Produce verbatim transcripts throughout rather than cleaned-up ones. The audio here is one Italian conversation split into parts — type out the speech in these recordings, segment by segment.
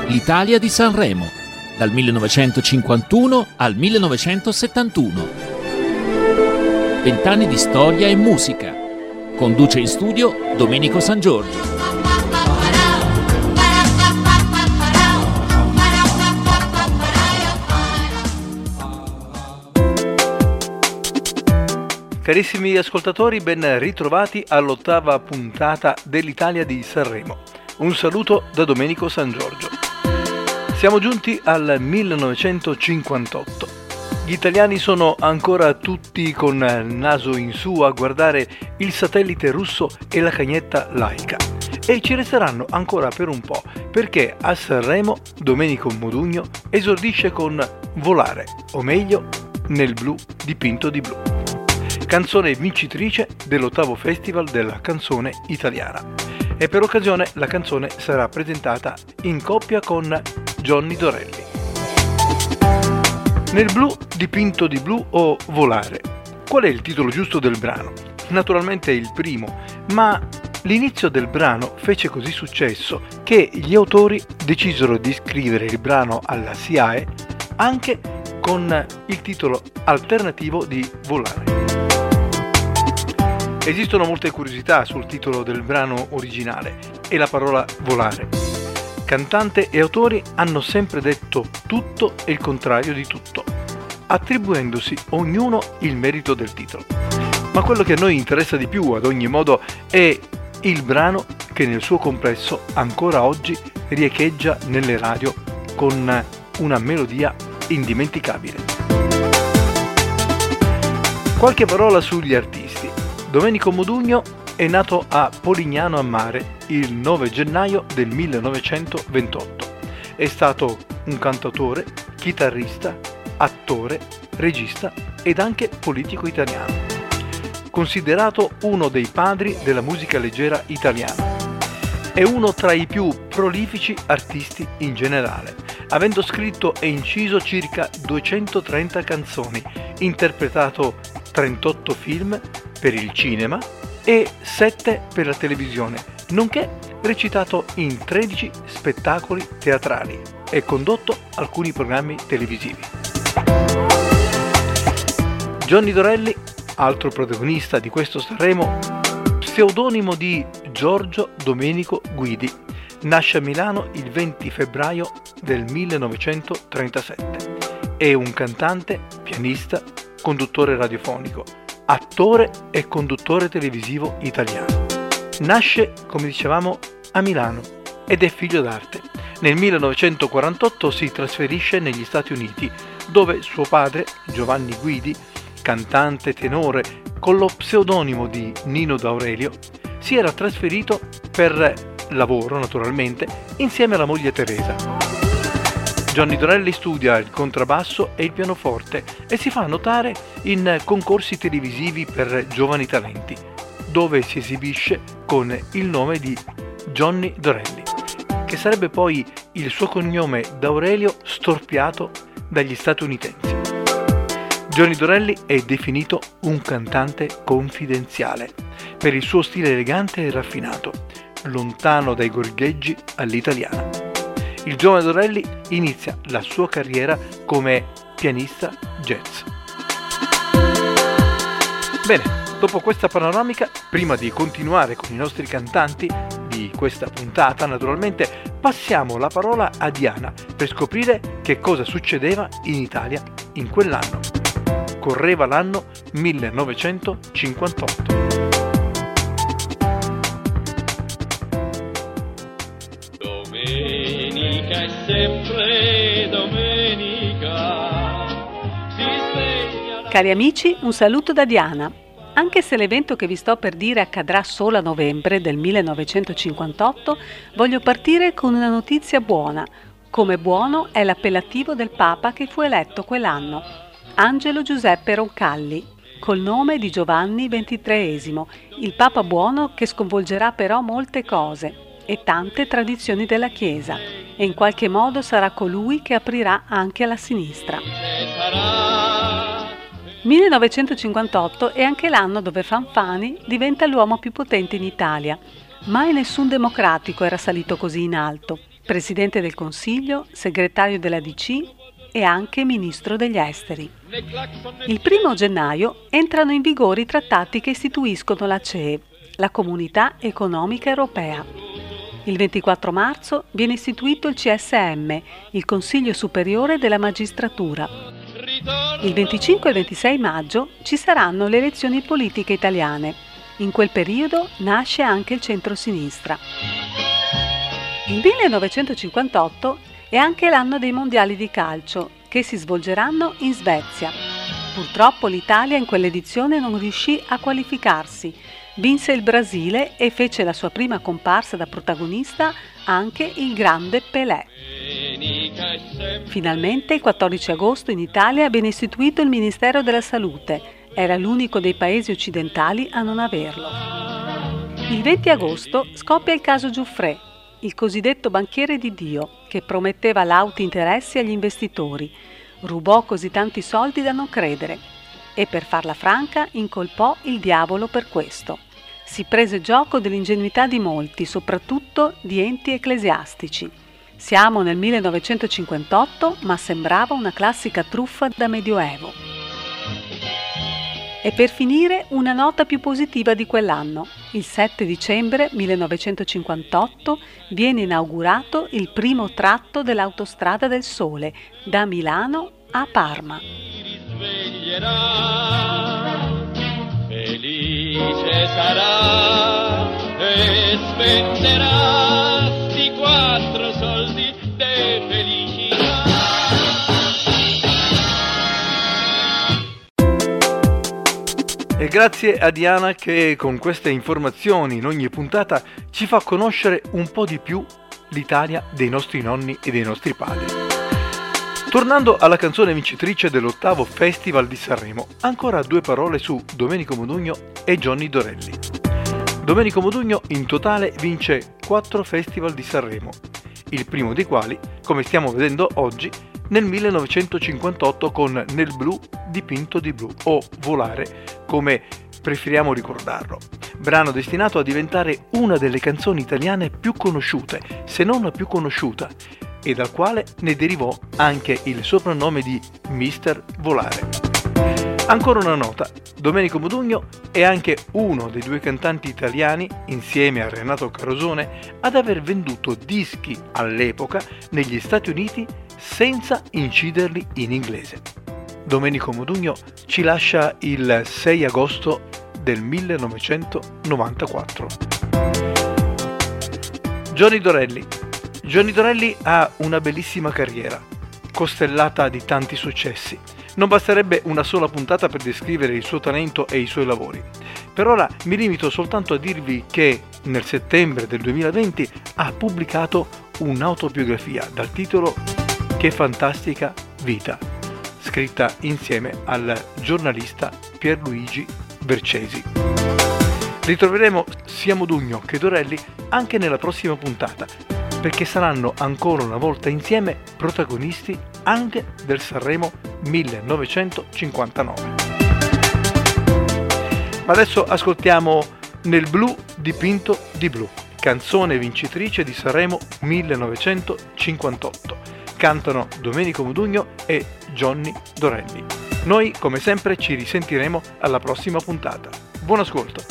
L'Italia di Sanremo, dal millenovecentocinquantuno al millenovecentosettantuno. Vent'anni di storia e musica. Conduce in studio Domenico San Giorgio. Carissimi ascoltatori, ben ritrovati all'ottava puntata dell'Italia di Sanremo. Un saluto da Domenico San Giorgio. Siamo giunti al millenovecentocinquantotto. Gli italiani sono ancora tutti con il naso in su a guardare il satellite russo e la cagnetta Laika. E ci resteranno ancora per un po', perché a Sanremo Domenico Modugno esordisce con Volare, o meglio, Nel blu dipinto di blu. Canzone vincitrice dell'ottavo Festival della canzone italiana. E per occasione la canzone sarà presentata in coppia con Johnny Dorelli. Nel blu dipinto di blu o Volare. Qual è il titolo giusto del brano? Naturalmente il primo, ma l'inizio del brano fece così successo che gli autori decisero di scrivere il brano alla SIAE anche con il titolo alternativo di Volare. Esistono molte curiosità sul titolo del brano originale e la parola volare. Cantante e autori hanno sempre detto tutto e il contrario di tutto, attribuendosi ognuno il merito del titolo. Ma quello che a noi interessa di più, ad ogni modo, è il brano che nel suo complesso ancora oggi riecheggia nelle radio con una melodia indimenticabile. Qualche parola sugli artisti. Domenico Modugno è nato a Polignano a Mare il nove gennaio del millenovecentoventotto. È stato un cantautore, chitarrista, attore, regista ed anche politico italiano. Considerato uno dei padri della musica leggera italiana. È uno tra i più prolifici artisti in generale, avendo scritto e inciso circa duecentotrenta canzoni, interpretato trentotto film per il cinema e sette per la televisione, nonché recitato in tredici spettacoli teatrali e condotto alcuni programmi televisivi. Johnny Dorelli, altro protagonista di questo Sanremo, pseudonimo di Giorgio Domenico Guidi, nasce a Milano il venti febbraio del millenovecentotrentasette. È un cantante, pianista, conduttore radiofonico, attore e conduttore televisivo italiano. Nasce, come dicevamo, a Milano ed è figlio d'arte. Nel millenovecentoquarantotto si trasferisce negli Stati Uniti, dove suo padre, Giovanni Guidi, cantante tenore con lo pseudonimo di Nino D'Aurelio, si era trasferito per lavoro, naturalmente, insieme alla moglie Teresa. Johnny Dorelli studia il contrabbasso e il pianoforte e si fa notare in concorsi televisivi per giovani talenti, dove si esibisce con il nome di Johnny Dorelli, che sarebbe poi il suo cognome D'Aurelio storpiato dagli statunitensi. Johnny Dorelli è definito un cantante confidenziale per il suo stile elegante e raffinato, lontano dai gorgheggi all'italiana. Il giovane Dorelli inizia la sua carriera come pianista jazz. Bene, dopo questa panoramica, prima di continuare con i nostri cantanti di questa puntata, naturalmente, passiamo la parola a Diana per scoprire che cosa succedeva in Italia in quell'anno. Correva l'anno millenovecentocinquantotto. Domenica è sempre domenica. Si sveglia la... Cari amici, un saluto da Diana. Anche se l'evento che vi sto per dire accadrà solo a novembre del millenovecentocinquantotto, voglio partire con una notizia buona. Come buono è l'appellativo del Papa che fu eletto quell'anno, Angelo Giuseppe Roncalli, col nome di Giovanni ventitreesimo, il Papa buono che sconvolgerà però molte cose e tante tradizioni della Chiesa, e in qualche modo sarà colui che aprirà anche alla sinistra. millenovecentocinquantotto è anche l'anno dove Fanfani diventa l'uomo più potente in Italia. Mai nessun democratico era salito così in alto. Presidente del Consiglio, segretario della D C e anche ministro degli esteri. Il primo gennaio entrano in vigore i trattati che istituiscono la C E E, la Comunità Economica Europea. Il ventiquattro marzo viene istituito il C S M, il Consiglio Superiore della Magistratura. Il venticinque e ventisei maggio ci saranno le elezioni politiche italiane. In quel periodo nasce anche il centro-sinistra. Il millenovecentocinquantotto è anche l'anno dei mondiali di calcio, che si svolgeranno in Svezia. Purtroppo l'Italia in quell'edizione non riuscì a qualificarsi. Vinse il Brasile e fece la sua prima comparsa da protagonista anche il grande Pelé. Finalmente il quattordici agosto in Italia viene istituito il Ministero della Salute. Era l'unico dei paesi occidentali a non averlo. Il venti agosto scoppia il caso Giuffrè, il cosiddetto banchiere di Dio, che prometteva lauti interessi agli investitori. Rubò così tanti soldi da non credere e, per farla franca, incolpò il diavolo per questo. Si prese gioco dell'ingenuità di molti, soprattutto di enti ecclesiastici. Siamo nel millenovecentocinquantotto, ma sembrava una classica truffa da Medioevo. E per finire una nota più positiva di quell'anno. Il sette dicembre millenovecentocinquantotto viene inaugurato il primo tratto dell'Autostrada del Sole, da Milano a Parma. Felice sarà e spenderà sti quattro soldi de felicità. E grazie a Diana che con queste informazioni in ogni puntata ci fa conoscere un po' di più l'Italia dei nostri nonni e dei nostri padri. Tornando alla canzone vincitrice dell'ottavo Festival di Sanremo, ancora due parole su Domenico Modugno e Johnny Dorelli. Domenico Modugno in totale vince quattro Festival di Sanremo, il primo dei quali, come stiamo vedendo oggi, nel millenovecentocinquantotto con Nel blu dipinto di blu, o Volare, come preferiamo ricordarlo. Brano destinato a diventare una delle canzoni italiane più conosciute, se non la più conosciuta, e dal quale ne derivò anche il soprannome di mister Volare. Ancora una nota, Domenico Modugno è anche uno dei due cantanti italiani, insieme a Renato Carosone, ad aver venduto dischi all'epoca negli Stati Uniti senza inciderli in inglese. Domenico Modugno ci lascia il sei agosto del millenovecentonovantaquattro. Johnny Dorelli. Johnny Dorelli ha una bellissima carriera, costellata di tanti successi. Non basterebbe una sola puntata per descrivere il suo talento e i suoi lavori. Per ora mi limito soltanto a dirvi che nel settembre del duemilaventi ha pubblicato un'autobiografia dal titolo Che fantastica vita, scritta insieme al giornalista Pierluigi Vercesi. Ritroveremo sia Modugno che Dorelli anche nella prossima puntata, perché saranno ancora una volta insieme protagonisti anche del Sanremo millenovecentocinquantanove. Ma adesso ascoltiamo Nel blu dipinto di blu, canzone vincitrice di Sanremo millenovecentocinquantotto. Cantano Domenico Modugno e Johnny Dorelli. Noi, come sempre, ci risentiremo alla prossima puntata. Buon ascolto!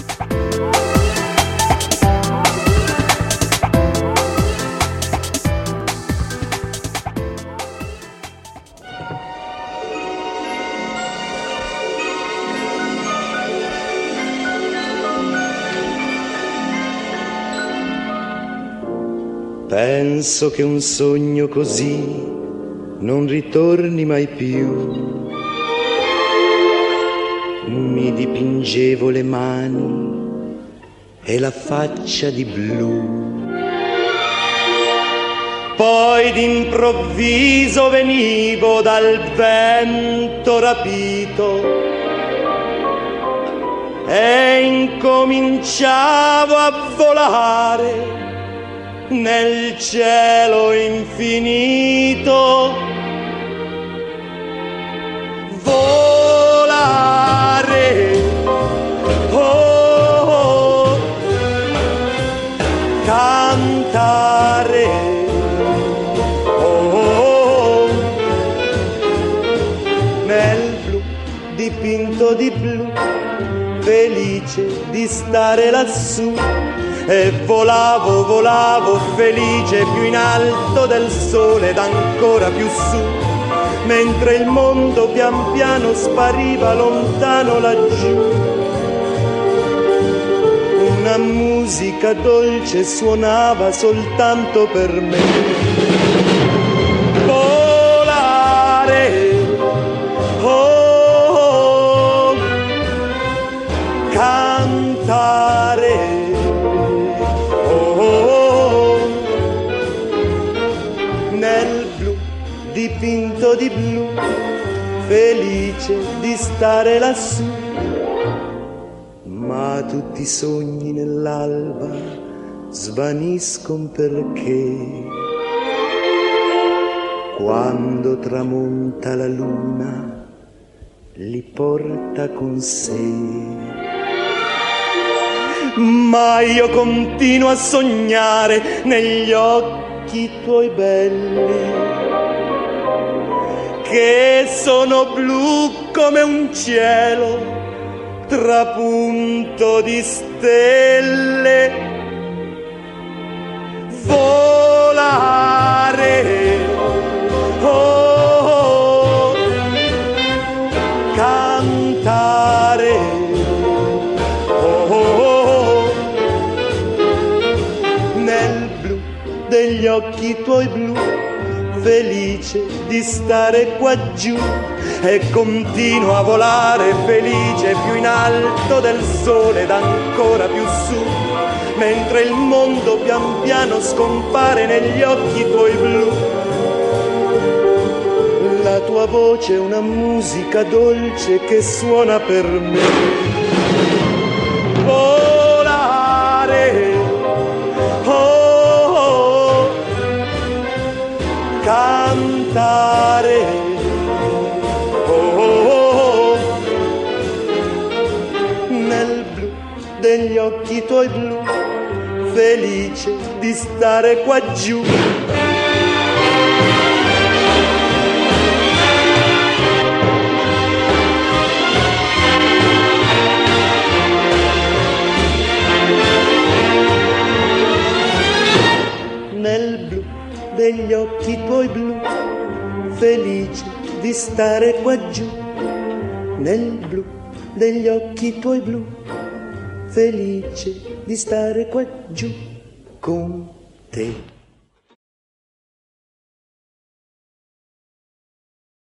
Penso che un sogno così non ritorni mai più. Mi dipingevo le mani e la faccia di blu. Poi d'improvviso venivo dal vento rapito e incominciavo a volare nel cielo infinito. Volare, oh, oh, cantare, dipinto di blu, felice di stare lassù. E volavo, volavo felice più in alto del sole ed ancora più su, mentre il mondo pian piano spariva lontano laggiù. Una musica dolce suonava soltanto per me. Volare, oh, oh, cantare, dipinto di blu, felice di stare lassù. Ma tutti i sogni nell'alba svaniscono perché quando tramonta la luna li porta con sé. Ma io continuo a sognare negli occhi tuoi belli, che sono blu come un cielo trapunto di stelle. Volare, oh, oh, cantare, oh, oh, nel blu degli occhi tuoi blu, felice di stare qua giù. E continuo a volare felice più in alto del sole ed ancora più su, mentre il mondo pian piano scompare negli occhi tuoi blu. La tua voce è una musica dolce che suona per me. Volare, oh, oh, cantare, oh, oh, oh, nel blu degli occhi tuoi blu, felice di stare qua giù. Nel blu degli occhi tuoi blu, felice di stare qua giù. Nel blu degli occhi tuoi blu, felice di stare qua giù con te.